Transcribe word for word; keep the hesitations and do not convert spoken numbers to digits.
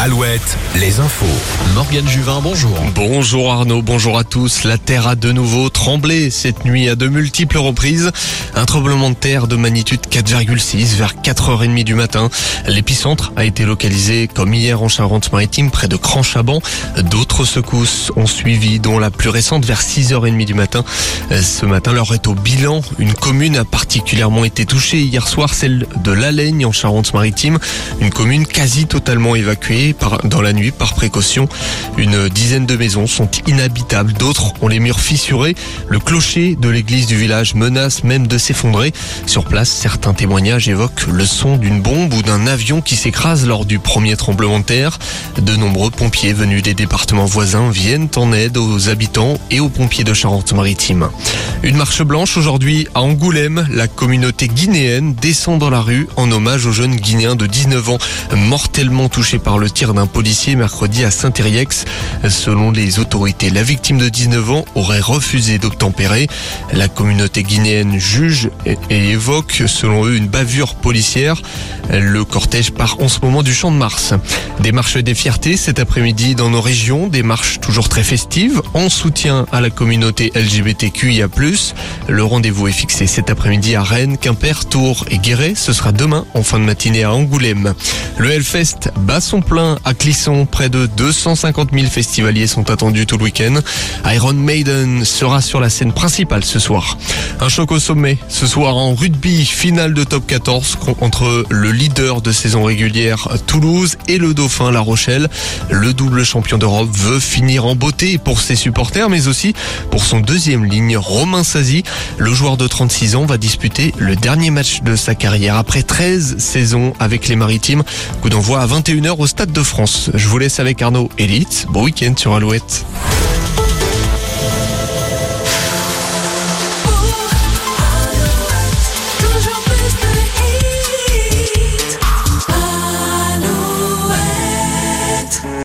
Alouette, les infos. Morgane Juvin, bonjour. Bonjour Arnaud, bonjour à tous. La terre a de nouveau tremblé cette nuit à de multiples reprises. Un tremblement de terre de magnitude quatre virgule six vers quatre heures trente du matin. L'épicentre a été localisé comme hier en Charente-Maritime près de Cran-Chaban. D'autres secousses ont suivi, dont la plus récente vers six heures trente du matin. Ce matin, l'heure est au bilan. Une commune a particulièrement été touchée hier soir, celle de L'Alaigne en Charente-Maritime. Une commune quasi totalement évacuée par, dans la nuit par précaution. Une dizaine de maisons sont inhabitables, d'autres ont les murs fissurés. Le clocher de l'église du village menace même de s'effondrer. Sur place, certains témoignages évoquent le son d'une bombe ou d'un avion qui s'écrase lors du premier tremblement de terre. De nombreux pompiers venus des départements voisins viennent en aide aux habitants et aux pompiers de Charente-Maritime. Une marche blanche aujourd'hui à Angoulême. La communauté guinéenne descend dans la rue en hommage au jeune Guinéen de dix-neuf ans mortellement touché par le tir d'un policier mercredi à Saint-Ériex. Selon les autorités, la victime de dix-neuf ans aurait refusé d'obtempérer. La communauté guinéenne juge et évoque, selon eux, une bavure policière. Le cortège part en ce moment du Champ de Mars. Des marches des fiertés cet après-midi dans nos régions, des marches toujours très festives en soutien à la communauté L G B T Q I A plus. Le rendez-vous est fixé cet après-midi à Rennes, Quimper, Tours et Guéret. Ce sera demain en fin de matinée à Angoulême. Le Hellfest bat son plein à Clisson. Près de deux cent cinquante mille festivaliers sont attendus tout le week-end. Iron Maiden sera sur la scène principale ce soir. Un choc au sommet ce soir en rugby, finale de top quatorze entre le leader de saison régulière Toulouse et le dauphin La Rochelle. Le double champion d'Europe veut finir en beauté pour ses supporters, mais aussi pour son deuxième ligne, Romain Sazy. Le joueur de trente-six ans va disputer le dernier match de sa carrière après treize saisons avec les Maritimes. Coup d'envoi à vingt et une heures au Stade de France. Je vous laisse avec Arnaud Elite. Bon week-end sur Alouette.